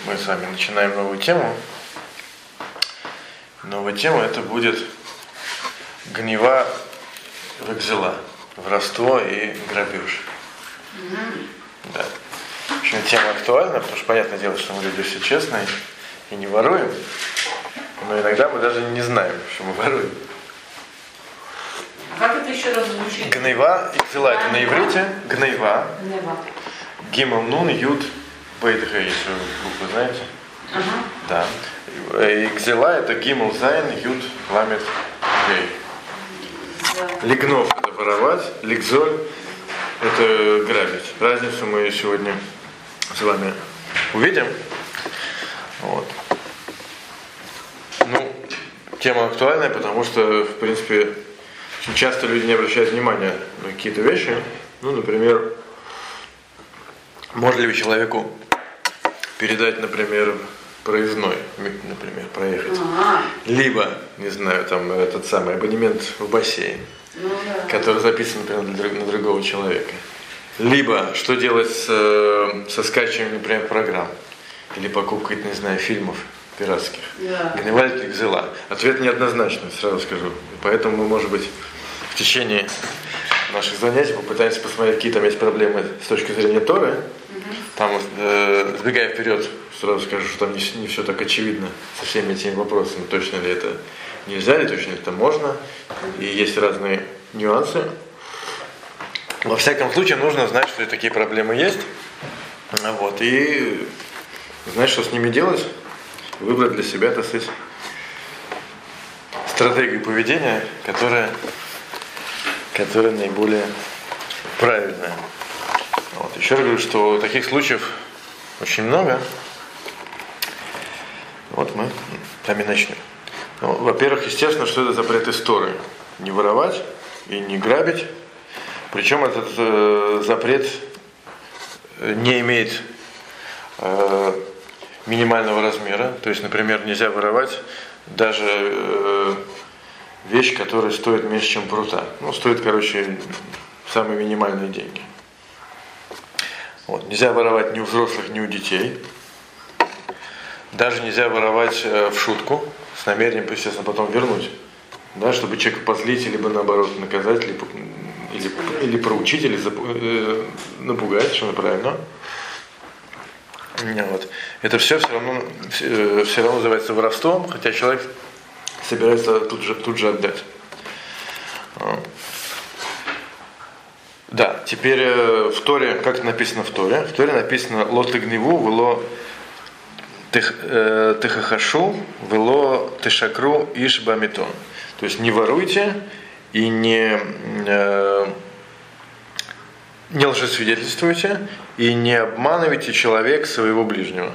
Мы с вами начинаем новую тему. Новая тема это будет гнева векзела, воровство и грабеж. Да. В общем, тема актуальна, потому что понятное дело, что мы люди все честные и не воруем, но иногда мы даже не знаем, что мы воруем. А как это еще раз звучит? Гнева и гзела это на иврите. Гнева. Гимл нун юд бейт хей, если вы буквы знаете. Ага. Да. И гзела это гимл зайн юд ламет гей. Лигнов это воровать, лигзоль это грабить. Разницу мы сегодня с вами увидим. Вот. Ну, тема актуальная, потому что, в принципе, очень часто люди не обращают внимания на какие-то вещи. Ну, например, можно ли человеку передать, например, проездной, например, проехать. Либо, не знаю, там этот самый абонемент в бассейн, который записан, например, на другого человека. Либо, что делать со скачиванием, например, программ. Или покупкой, не знаю, фильмов пиратских. Гнева или гзела. Ответ неоднозначный, сразу скажу. Поэтому мы, может быть, в течение наших занятий попытаемся посмотреть, какие там есть проблемы с точки зрения Торы. Там, сбегая вперед, сразу скажу, что там не все так очевидно со всеми этими вопросами. Точно ли это нельзя, или точно ли это можно. И есть разные нюансы. Во всяком случае, нужно знать, что такие проблемы есть. Вот, и знать, что с ними делать. Выбрать для себя, так сказать, стратегию поведения, которая наиболее правильная. Вот. Еще раз говорю, что таких случаев очень много. Вот мы сами начнем. Ну, во-первых, естественно, что это запрет истории. Не воровать и не грабить. Причем этот запрет не имеет минимального размера. То есть, например, нельзя воровать даже вещь, которая стоит меньше, чем прута. Ну, стоит, короче, самые минимальные деньги. Вот. Нельзя воровать ни у взрослых, ни у детей. Даже нельзя воровать в шутку, с намерением, естественно, потом вернуть. Да, чтобы человека позлить, либо наоборот наказать, или проучить, или напугать, что правильно. Вот. Это все равно называется воровством, хотя человек собирается тут же отдать. Да, теперь в Торе, как это написано в Торе? В Торе написано «Ло тыгневу, вело тыхахашу, вело тышакру иш бамитон». То есть не воруйте и не лжесвидетельствуйте и не обманывайте человека своего ближнего.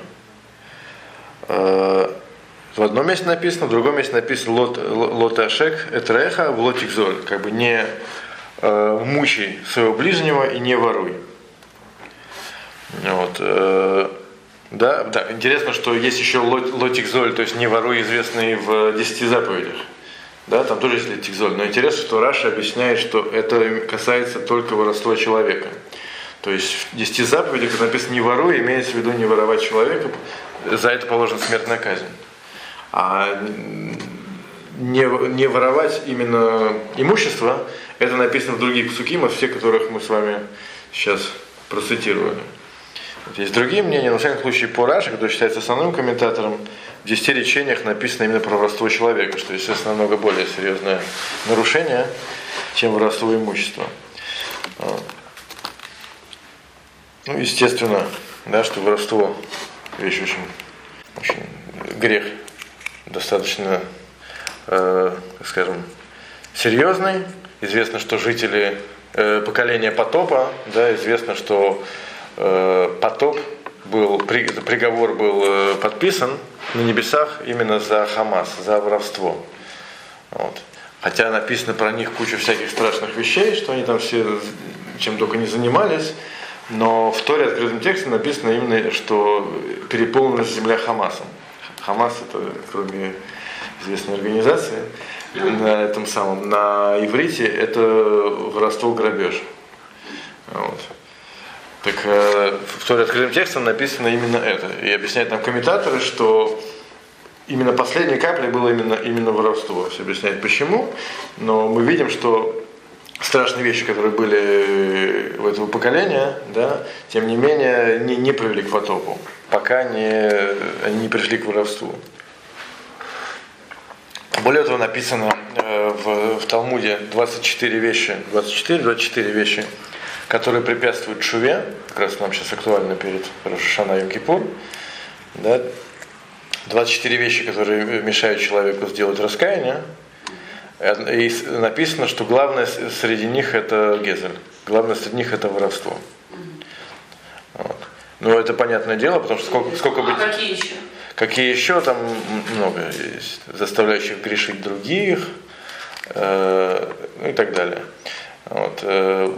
В одном месте написано, в другом месте написано «Лоташек этреха в лотикзоль». Как бы не мучай своего ближнего и не воруй. Вот. Да, интересно, что есть еще лотикзоль, то есть не воруй, известный в 10 заповедях. Да, там тоже есть лотикзоль. Но интересно, что Раши объясняет, что это касается только воровства человека. То есть в 10 заповедях, когда написано «не воруй», имеется в виду не воровать человека, за это положена смертная казнь. А не воровать именно имущество, это написано в других псукимах, все которых мы с вами сейчас процитировали. Вот есть другие мнения, но в всяком случае по Раши, который считается основным комментатором, в 10 речениях написано именно про воровство человека, что, естественно, намного более серьезное нарушение, чем воровство имущества. Ну, естественно, да, что воровство вещь очень грех достаточно, скажем, серьезный. Известно, что жители поколения потопа, да, известно, что потоп приговор был подписан на небесах именно за Хамас, за воровство. Вот. Хотя написано про них куча всяких страшных вещей, что они там все чем только не занимались, но в Торе открытым текстом написано именно, что переполнена земля Хамасом. Хамас это, кроме известной организации, на этом самом, на иврите это воровство, грабеж. Вот. Так в Торе открытым текстом написано именно это. И объясняют нам комментаторы, что именно последней каплей было именно воровство. Все объясняют почему. Но мы видим, что страшные вещи, которые были у этого поколения, да, тем не менее не привели к потопу, пока они не пришли к воровству. Более того, написано в Талмуде 24 вещи, которые препятствуют шуве, как раз нам сейчас актуально перед Рош ха-Шана и Йом-Кипур, да, 24 вещи, которые мешают человеку сделать раскаяние, и написано, что главное среди них это гезель, главное среди них это воровство. Вот. Но это понятное дело, потому что сколько бы... какие еще? Какие еще там много есть, заставляющих грешить других, и так далее. Вот.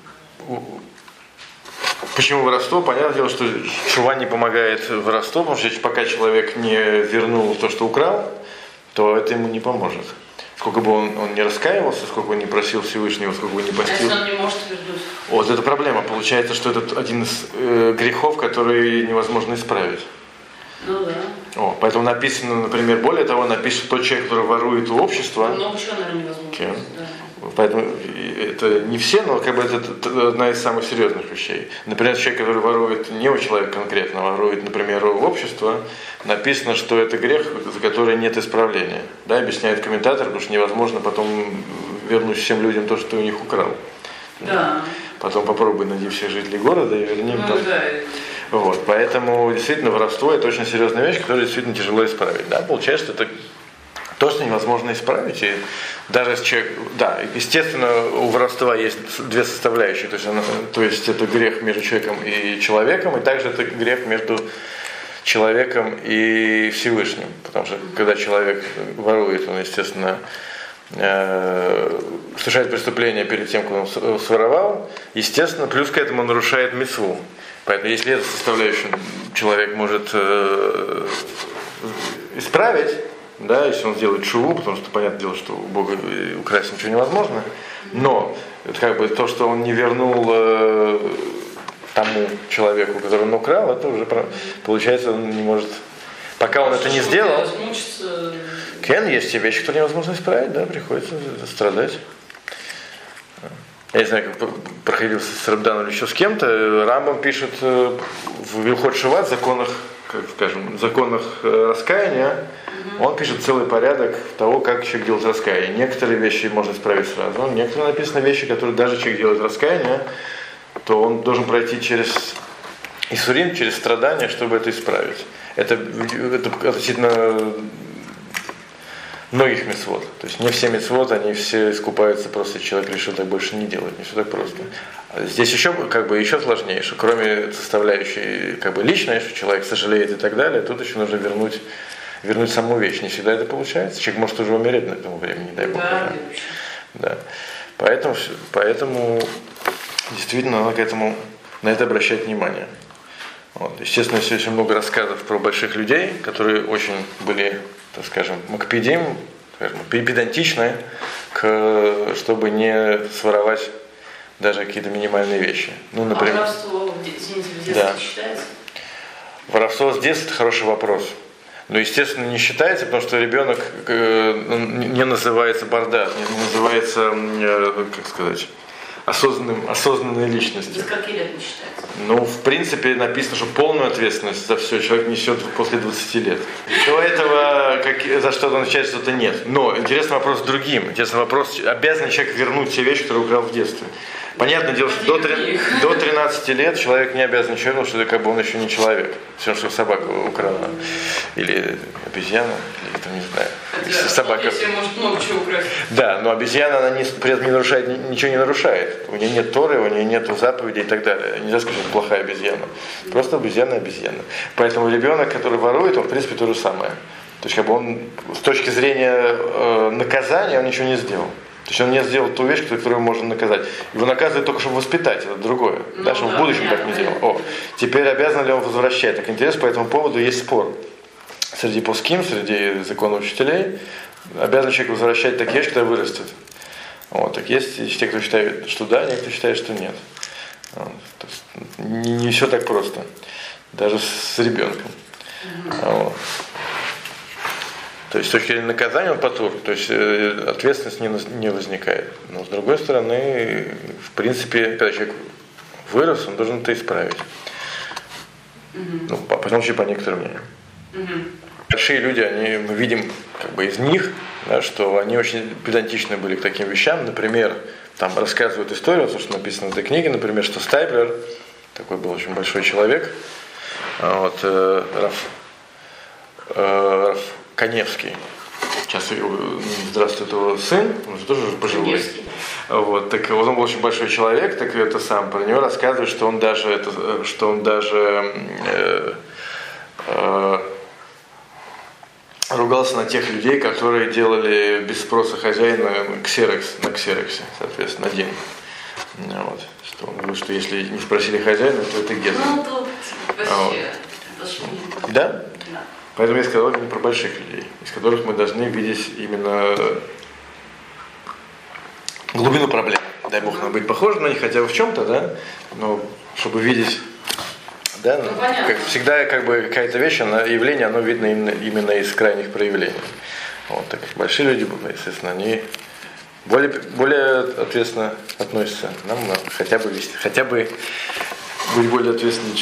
Почему воровство? Понятное дело, что шува не помогает воровству, потому что пока человек не вернул то, что украл, то это ему не поможет. Сколько бы он не раскаивался, сколько бы не просил Всевышнего, сколько бы не постил. А если он не может вернуть? Вот это проблема. Получается, что это один из грехов, который невозможно исправить. Ну да. Поэтому написано, например, более того, написано, тот человек, который ворует у общества. Много чего, наверное, невозможно. Да. Поэтому это не все, но как бы это одна из самых серьезных вещей. Например, человек, который ворует не у человека конкретно, а ворует, например, у общества, написано, что это грех, за который нет исправления. Да, объясняет комментатор, потому что невозможно потом вернуть всем людям то, что ты у них украл. Да. Потом попробуй найди всех жителей города и верни им там. Да. Вот, поэтому действительно воровство это очень серьезная вещь, которую действительно тяжело исправить. Да? Получается, что это то, что невозможно исправить. И даже если человек, да, естественно, у воровства есть две составляющие. То есть это грех между человеком и человеком, и также это грех между человеком и Всевышним. Потому что когда человек ворует, он, естественно, совершает преступление перед тем, как он своровал, естественно, плюс к этому нарушает мицву. Поэтому если эту составляющую человек может исправить, да, если он сделает шуву, потому что понятное дело, что у Бога украсть ничего невозможно, но это как бы то, что он не вернул тому человеку, который он украл, это уже получается он не может. Пока он это не сделал, есть те вещи, которые невозможно исправить, да, приходится страдать. Я не знаю, как проходил с Рабданом или еще с кем-то, Рамбам пишет в Вилхот Шуват, законах раскаяния, он пишет целый порядок того, как человек делает раскаяние. Некоторые вещи можно исправить сразу, некоторые написаны вещи, которые даже человек делает раскаяние, то он должен пройти через Исурим, через страдания, чтобы это исправить. Это относительно многих мицвот. То есть не все мицвот, они все искупаются, просто человек решил так больше не делать, не все так просто. Здесь еще сложнее, что кроме составляющей личной, что человек сожалеет и так далее, тут еще нужно вернуть саму вещь. Не всегда это получается. Человек может уже умереть на этом времени, дай Бог. Да. Поэтому действительно надо на это обращать внимание. Вот. Естественно, есть очень много рассказов про больших людей, которые очень были, так скажем, макпедим, педантичны, чтобы не своровать даже какие-то минимальные вещи. Ну, например, воровство в детстве считается? Воровство с детства – это хороший вопрос. Но, естественно, не считается, потому что ребенок не называется бардат, не называется, осознанной личностью. До каких лет не считается? Ну, в принципе, написано, что полную ответственность за все человек несет после 20 лет. До этого за что-то начать, что-то нет. Но интересный вопрос другим. Интересный вопрос, обязан человек вернуть те вещи, которые украл в детстве. Понятное дело, что до 13 лет человек не обязан ничего, потому что он еще не человек. Все, что собака украла. Или обезьяна, или там, не знаю. Хотя, собака может много чего украсть. Да, но обезьяна, она при этом ничего не нарушает. У нее нет Торы, у нее нет заповедей и так далее. Нельзя сказать, что плохая обезьяна. Просто обезьяна. Поэтому ребенок, который ворует, он в принципе то же самое. То есть он с точки зрения наказания он ничего не сделал. То есть он не сделал ту вещь, которую можно наказать. Его наказывают только, чтобы воспитать, это другое. Да, чтобы в будущем так не делал. Теперь обязан ли он возвращать? Так интересно, по этому поводу есть спор. Среди пуским, среди законоучителей, обязан человек возвращать такие вещи, когда вырастет. Так есть те, кто считает, что да, некоторые считают, что нет. Вот. То есть не все так просто, даже с ребенком. Вот. То есть с точки зрения наказания он патур, то есть ответственность не возникает. Но с другой стороны, в принципе, когда человек вырос, он должен это исправить. Ну, по крайней мере, по некоторым мнениям. Большие люди, мы видим как бы из них, да, что они очень педантичны были к таким вещам. Например, там рассказывают историю, то, что написано в этой книге, например, что Стайплер, такой был очень большой человек, вот, Раф Каневский, сейчас здравствует его сын, он же тоже пожилой. Вот, так вот он был очень большой человек, так это сам про него рассказывает, что он даже ругался на тех людей, которые делали без спроса хозяина ксерокс на ксероксе, соответственно, на деньги. Вот. Что он говорит, что если не спросили хозяина, то это гет. Ну, тут вообще. Вот. Да? Поэтому я сказал именно про больших людей, из которых мы должны видеть именно глубину проблем. Дай Бог нам быть похожим на них хотя бы в чем-то, да, но чтобы видеть, да, ну, как всегда как бы какая-то вещь, явление, оно видно именно из крайних проявлений. Вот, так как большие люди, естественно, они более ответственно относятся. Нам надо хотя бы быть более ответственными,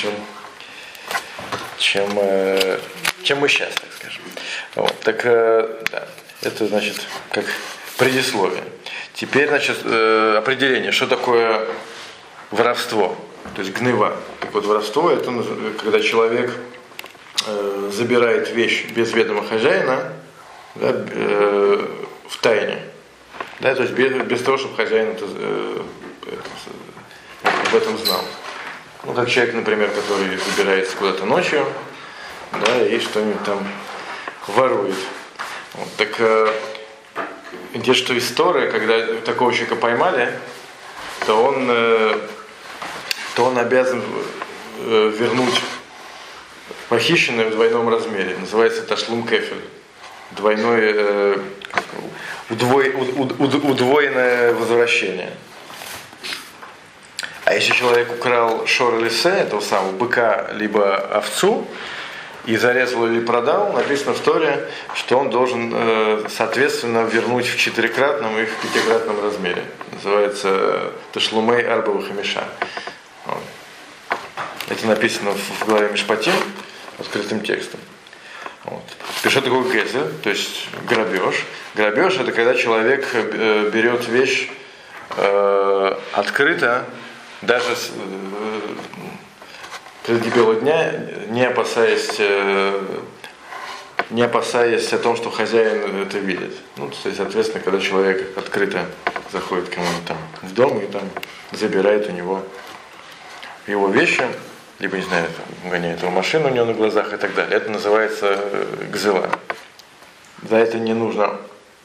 чем мы сейчас, так скажем. Вот, так, да, это значит как предисловие. Теперь, значит, определение, что такое воровство, то есть гнева. Так вот, воровство – это когда человек забирает вещь без ведома хозяина, да, в тайне, да, то есть без того, чтобы хозяин об этом знал. Ну, как человек, например, который забирается куда-то ночью, да, и что-нибудь там ворует. Вот, так где что история, когда такого человека поймали, то он обязан вернуть похищенное в двойном размере. Называется ташлум кефель. Удвоенное возвращение. А если человек украл шор или се, этого самого быка, либо овцу, и зарезал или продал, написано в Торе, что он должен, соответственно, вернуть в 4-кратном и в 5-кратном размере. Называется ташлумей арба вахамиша. Это написано в главе Мишпатим, открытым текстом. Вот. Что такое гезель, то есть грабеж? Грабеж – это когда человек берет вещь открыто, даже среди бела дня, не опасаясь о том, что хозяин это видит. Ну, то есть, соответственно, когда человек открыто заходит к кому-то там в дом и там забирает у него его вещи, либо, не знаю, гоняет его машину у него на глазах и так далее. Это называется гзела. За это не нужно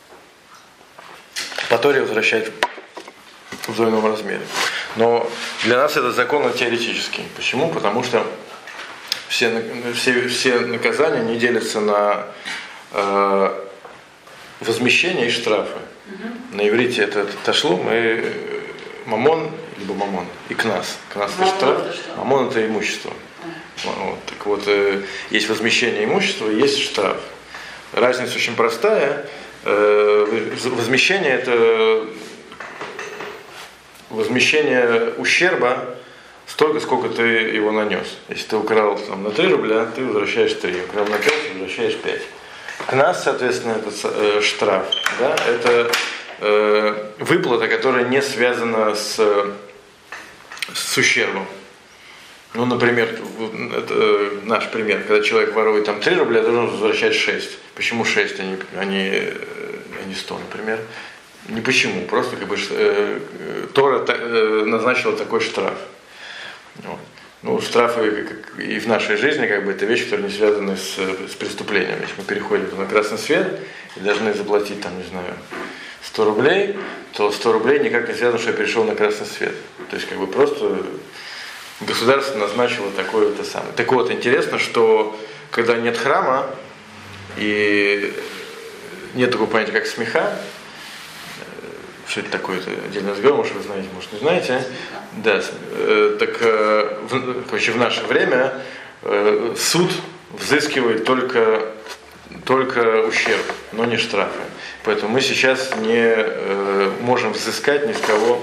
по Торе возвращать в двойном размере. Но для нас это закон теоретический. Почему? Потому что все наказания не делятся на возмещение и штрафы. На иврите это ташлум и мамон, либо мамон, и кнас. Кнас это штраф, мамон это имущество. Вот. Так вот, есть возмещение имущества, есть штраф. Разница очень простая. Возмещение это возмещение ущерба столько, сколько ты его нанес. Если ты украл там, на 3 рубля, ты возвращаешь 3. Украл на 5, возвращаешь 5. Кнас, соответственно, это штраф. Да? Это выплата, которая не связана с ущербом. Ну, например, это наш пример. Когда человек ворует там 3 рубля, должен возвращать 6. Почему 6, а не 100, например? Не почему, просто как бы Тора назначила такой штраф. Вот. Ну, штрафы и в нашей жизни как бы это вещи, которые не связаны с преступлением. Если мы переходим на красный свет и должны заплатить там, не знаю, 100 рублей, то 100 рублей никак не связано, что я перешел на красный свет. То есть как бы просто государство назначило такое это самое. Так вот, интересно, что когда нет храма и нет такого понятия, как смеха, Что это такое? Это отдельный разговор, может, вы знаете, может, не знаете. Да, короче, в наше время суд взыскивает только ущерб, но не штрафы. Поэтому мы сейчас не можем взыскать ни с кого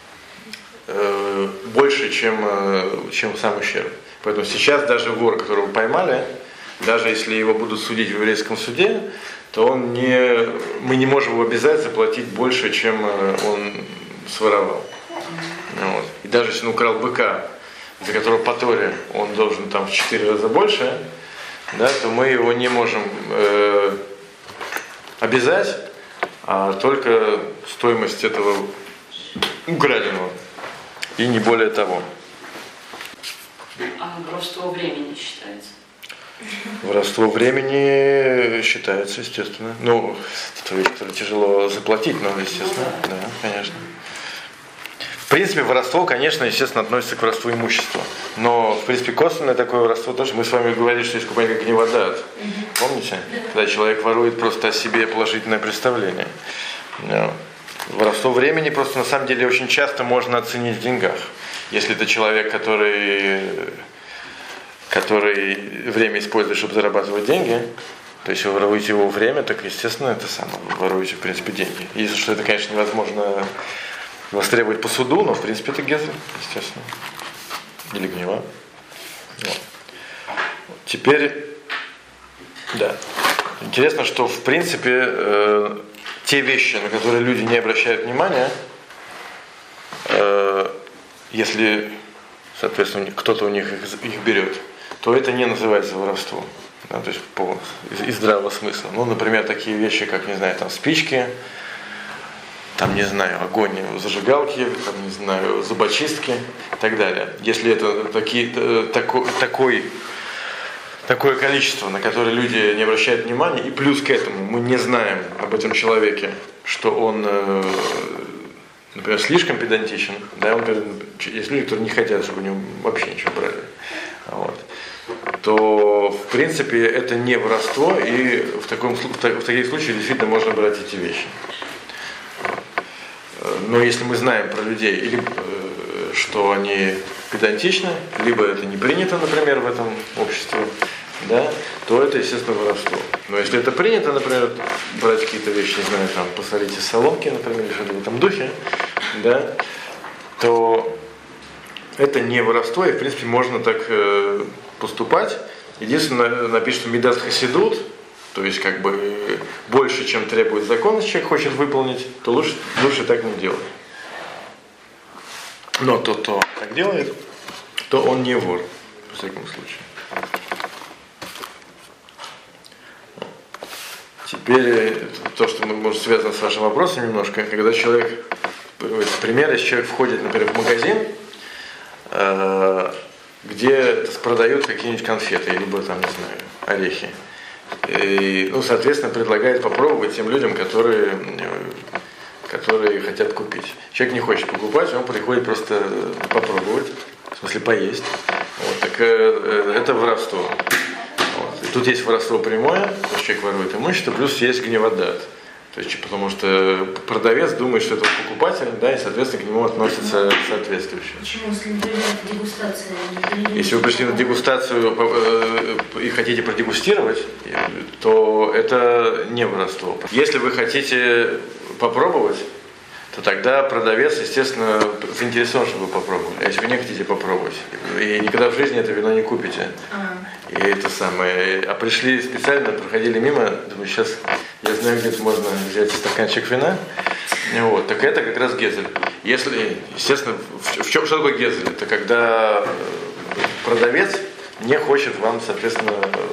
больше, чем сам ущерб. Поэтому сейчас даже вор, которого поймали, даже если его будут судить в еврейском суде, то мы не можем его обязать заплатить больше, чем он своровал. Вот. И даже если он украл быка, за которого по Торе он должен там в 4 раза больше, да, то мы его не можем обязать, а только стоимость этого украденного. И не более того. А воровство времени считается? Воровство времени считается, естественно. Ну, это вещь, которую тяжело заплатить, но, естественно, да, конечно. В принципе, воровство, конечно, естественно, относится к воровству имущества. Но, в принципе, косвенное такое воровство тоже. Мы с вами говорили, что есть купание как гневодат. Помните? Когда человек ворует просто о себе положительное представление. Воровство времени просто на самом деле очень часто можно оценить в деньгах. Если это человек, который время использует, чтобы зарабатывать деньги, то есть вы воруете его время, так, естественно, это самое, вы воруете, в принципе, деньги. Если что, это, конечно, невозможно востребовать по суду, но, в принципе, это гезель, естественно. Или гнева. Вот. Теперь, да. Интересно, что, в принципе, те вещи, на которые люди не обращают внимания, если, соответственно, кто-то у них их берет, то это не называется воровством. Да, то есть из здравого смысла. Ну, например, такие вещи, как, не знаю, там спички, там, не знаю, огонь зажигалки, там, не знаю, зубочистки и так далее. Если это такое количество, на которое люди не обращают внимания, и плюс к этому мы не знаем об этом человеке, что он, например, слишком педантичен, да, есть люди, которые не хотят, чтобы у него вообще ничего брали, вот, то, в принципе, это не воровство, и в таких случаях действительно можно брать эти вещи. Но если мы знаем про людей, или что они педантичны, либо это не принято, например, в этом обществе, да, то это, естественно, воровство. Но если это принято, например, брать какие-то вещи, не знаю, там, посолить из соломки, например, или что-то в этом духе, да, то это не воровство, и, в принципе, можно так поступать. Единственное, напишется мидас хасидут, то есть, как бы, больше, чем требует закон, если человек хочет выполнить, то лучше так не делать. Но тот, кто так делает, то он не вор, в всяком случае. Теперь то, что может связано с вашим вопросом немножко, когда человек, пример, если человек входит, например, в магазин, где продают какие-нибудь конфеты, либо там, не знаю, орехи. И, ну, соответственно, предлагает попробовать тем людям, которые хотят купить. Человек не хочет покупать, он приходит просто попробовать, в смысле поесть. Вот, так это воровство. Вот. И тут есть воровство прямое, то есть человек ворует имущество, плюс есть гневодат. То есть, потому что продавец думает, что это покупатель, да, и, соответственно, к нему относится соответствующе. Почему, если, например, дегустация? Если вы пришли на дегустацию и хотите продегустировать, то это не воровство. Если вы хотите попробовать, то тогда продавец, естественно, заинтересован, чтобы вы попробовали. А если вы не хотите попробовать, и никогда в жизни это вино не купите. И это самое. А пришли специально, проходили мимо, думаю, сейчас я знаю, где-то можно взять стаканчик вина. Вот, так это как раз гезель. Если, естественно, что такое гезель? Это когда продавец не хочет вам, соответственно,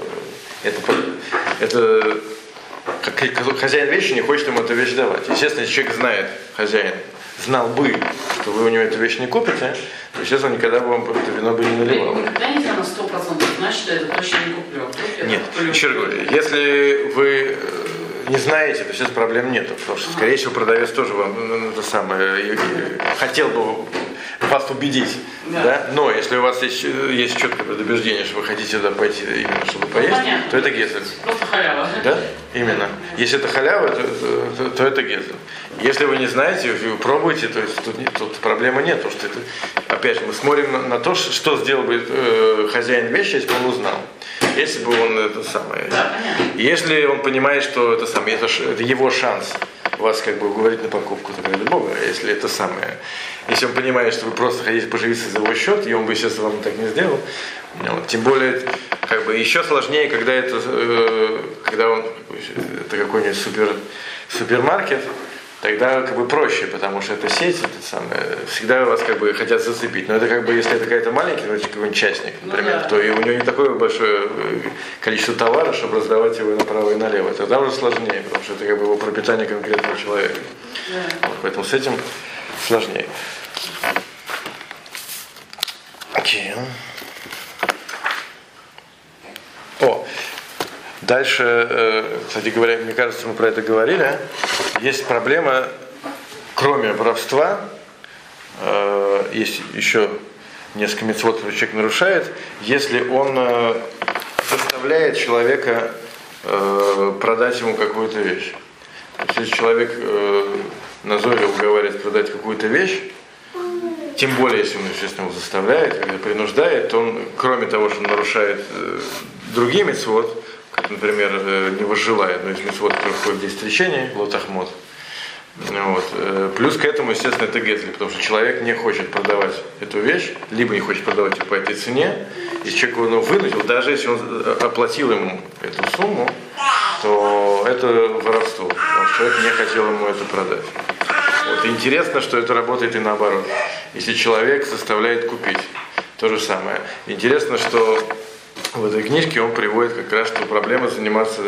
это хозяин вещи не хочет ему эту вещь давать. Естественно, если человек знает, хозяин, знал бы, что вы у него эту вещь не купите, то, естественно, никогда бы вам это вино бы не наливал. Никогда нельзя на 100% знать, что это точно не куплю. Нет, еще раз говорю, если вы не знаете, то сейчас проблем нету, потому что, скорее всего, продавец тоже вам это самое хотел бы вас убедить. Да? Но если у вас есть четкое предубеждение, что вы хотите туда пойти именно чтобы поесть, то это гезель. Просто халява. Да? Именно. Если это халява, то это гезель. Если вы не знаете, вы пробуете, то есть тут проблемы нет. Потому что это, опять же, мы смотрим на то, что сделал бы хозяин вещи, если бы он узнал. Если бы он это самое. Да, если он понимает, что это самое, это его шанс вас как бы уговорить на покупку, так ради Бога, если это самое. Если он понимает, что вы просто хотите поживиться за его счет, и он бы, естественно, вам так не сделал. Вот. Тем более, как бы еще сложнее, когда это какой-нибудь супермаркет, тогда как бы проще, потому что это сеть, это самое, всегда вас как бы хотят зацепить. Но это как бы, если это какая-то маленькая, ну, какой-нибудь частник, например, то и у него не такое большое количество товара, чтобы раздавать его направо и налево. Тогда уже сложнее, потому что это как бы его пропитание конкретного человека. Вот, поэтому с этим сложнее. Окей. Дальше, кстати говоря, мне кажется, мы про это говорили. Есть проблема, кроме воровства, есть еще несколько мицвот, которые человек нарушает, если он заставляет человека продать ему какую-то вещь. То есть, если человек назойливо уговаривает продать какую-то вещь, тем более, если он, естественно, его заставляет, когда принуждает, то он, кроме того, что он нарушает другие мицвот, как, например, не возжелает, но из мицвот, который входит в 10 речений, лотахмот. Вот. Плюс к этому, естественно, это гезель, потому что человек не хочет продавать эту вещь, либо не хочет продавать ее по этой цене. Если человек его вынудил, даже если он оплатил ему эту сумму, то это воровство, потому что человек не хотел ему это продать. Вот. И интересно, что это работает и наоборот. Если человек заставляет купить, то же самое. Интересно, что в этой книжке он приводит как раз, что проблема заниматься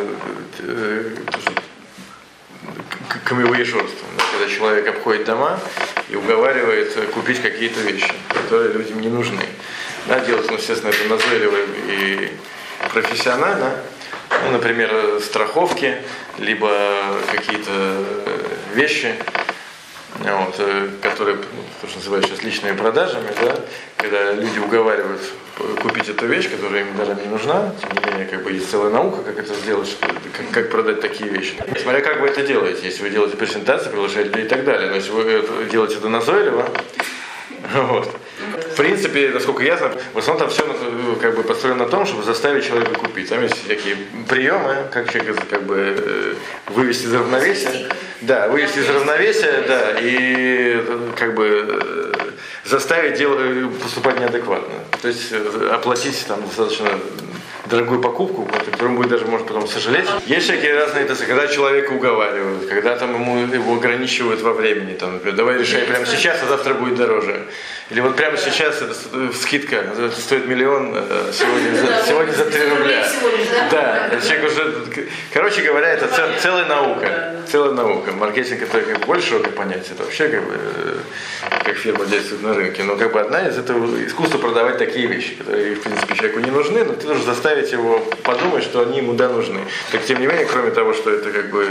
камевоежорством, когда человек обходит дома и уговаривает купить какие-то вещи, которые людям не нужны. Да, делать, естественно, это назойливо и профессионально. Ну, например, страховки, либо какие-то вещи, вот, которые, то, что называют сейчас личными продажами, да, когда люди уговаривают купить эту вещь, которая им даже не нужна, тем не менее, как бы есть целая наука, как это сделать, как продать такие вещи. Смотря как вы это делаете, если вы делаете презентации, приглашаете людей и так далее, но если вы делаете это назойливо, вот. В принципе, насколько я знаю, в основном там все как бы построено на том, чтобы заставить человека купить. Там есть всякие приемы, как человека как бы вывести из равновесия. Да, вывести из равновесия, да, и как бы заставить поступать неадекватно. То есть оплатить там достаточно дорогую покупку, о которой он будет даже, может, потом сожалеть. Есть всякие разные тесты, когда человека уговаривают, когда там его ограничивают во времени, там, например, давай решай прямо сейчас, а завтра будет дороже. Или вот прямо сейчас это скидка, это стоит 1 миллион, сегодня за 3 рубля. Да, человек уже, короче говоря, это целая наука. Целая наука. Маркетинг это как бы больше широкое понятие, это вообще как бы как фирма действует на рынке. Но как бы одна из этого искусства продавать такие вещи, которые, в принципе, человеку не нужны, но ты должен заставить его подумать, что они ему да нужны. Так тем не менее, кроме того, что это как бы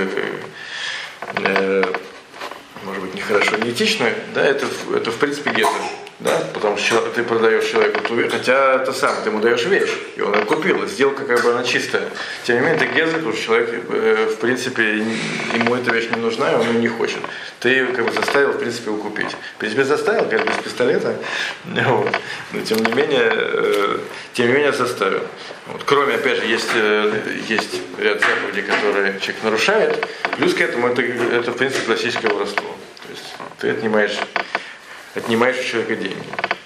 может быть нехорошо, неэтично, да, это в принципе гезель. Да, потому что ты продаешь человеку ту вещь, хотя это сам, ты ему даешь вещь, и он ее купил, и сделка как бы она чистая. Тем не менее, это гезель, потому что человек, в принципе, ему эта вещь не нужна, и он ее не хочет. Ты ее как бы заставил, в принципе, его купить. В принципе, заставил, как без пистолета, вот. Но тем не менее заставил. Вот. Кроме, опять же, есть ряд заповедей, которые человек нарушает, плюс к этому это в принципе, классическое воровство. То есть ты отнимаешь у человека деньги.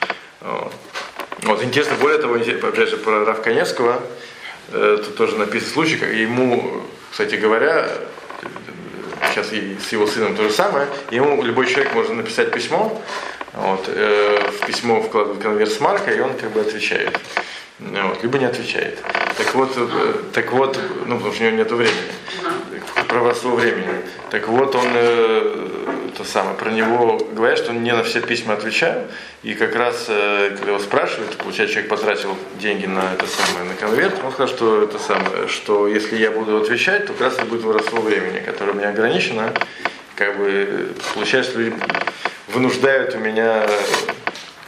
Вот, интересно, более того, опять же, про Рав Каневского, тут тоже написан случай, как ему, кстати говоря, сейчас и с его сыном то же самое, ему любой человек может написать письмо, вот, в письмо вкладывает конверт с маркой, и он как бы отвечает. Вот, либо не отвечает. Так вот, ну, потому что у него нет времени. Про воровство времени. Так вот, он про него говорят, что он не на все письма отвечал. И как раз, когда его спрашивают, получается, человек потратил деньги на на конверт, он сказал, что если я буду отвечать, то как раз это будет воровство времени, которое у меня ограничено. Как бы, получается, люди вынуждают у меня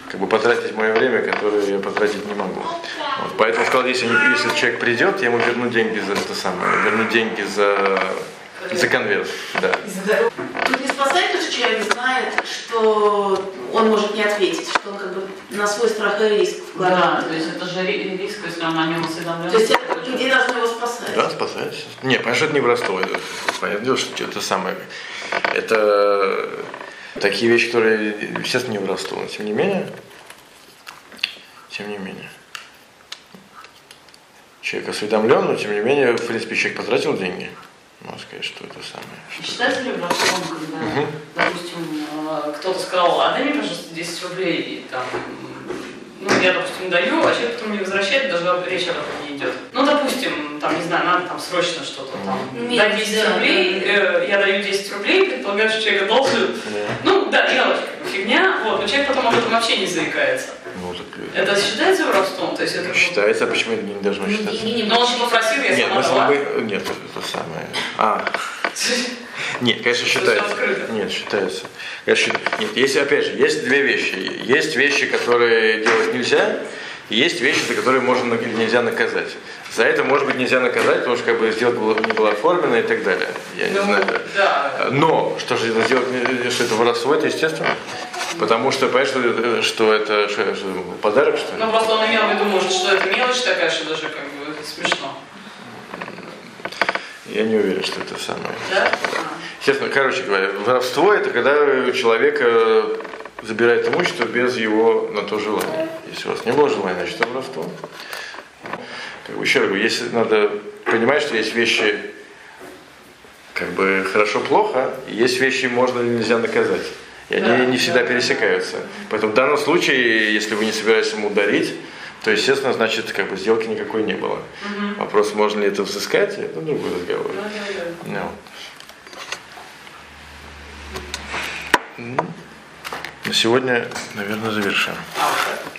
как бы потратить мое время, которое я потратить не могу. Вот. Поэтому сказал, если человек придет, я ему верну деньги за это самое, верну деньги за конверт. Да. Тут не спасает то, что человек знает, что он может не ответить, что он как бы на свой страх и риск вкладывает. Да, то есть это же риск, если он о нем осведомлен. То есть это людей должно его спасать. Да, спасает. Не, понятно, что это не воровство. Понятное дело, что это самое. Это такие вещи, которые, естественно, не воровство. Но тем не менее, человек осведомлен, но тем не менее, в принципе, человек потратил деньги. Можно сказать, что это самое. Считается ли воровством, когда, допустим, кто-то сказал, а дай мне, пожалуйста, 10 рублей, и там, ну, я, допустим, даю, а человек потом не возвращает, даже речь об этом не идет. Ну, допустим, там, не знаю, надо там срочно что-то там, дать 10 рублей, я даю 10 рублей, предполагаю, что человек должен, ну, да, мелочь, фигня, вот, но человек потом об этом вообще не заикается. Ну, так, это считается воровством? То есть это считается, а почему это не должно считаться? Но он же попросил, я сама дала. Нет, это самое. Нет, конечно, считается. Нет, считается. Конечно, нет, есть, опять же, есть две вещи. Есть вещи, которые делать нельзя, и есть вещи, за которые можно или нельзя наказать. За это, может быть, нельзя наказать, потому что как бы сделка не была оформлена и так далее. Я не знаю. Да. Но что же это сделать, что это воровство, это естественно. Потому что, понимаешь, что это подарок, что ли? Ну, просто он имел в виду, может, что это мелочь такая, что даже как бы это смешно. Я не уверен, что это самое. Да? Естественно, короче говоря, воровство это когда человек забирает имущество без его на то желания. Если у вас не было желания, значит это воровство. Как бы, еще раз говорю, если надо понимать, что есть вещи как бы хорошо-плохо, и есть вещи можно или нельзя наказать. И они не всегда пересекаются. Поэтому в данном случае, если вы не собираетесь ему дарить, то, естественно, значит, как бы сделки никакой не было. Вопрос, можно ли это взыскать, это другой разговор. На сегодня, наверное, завершим.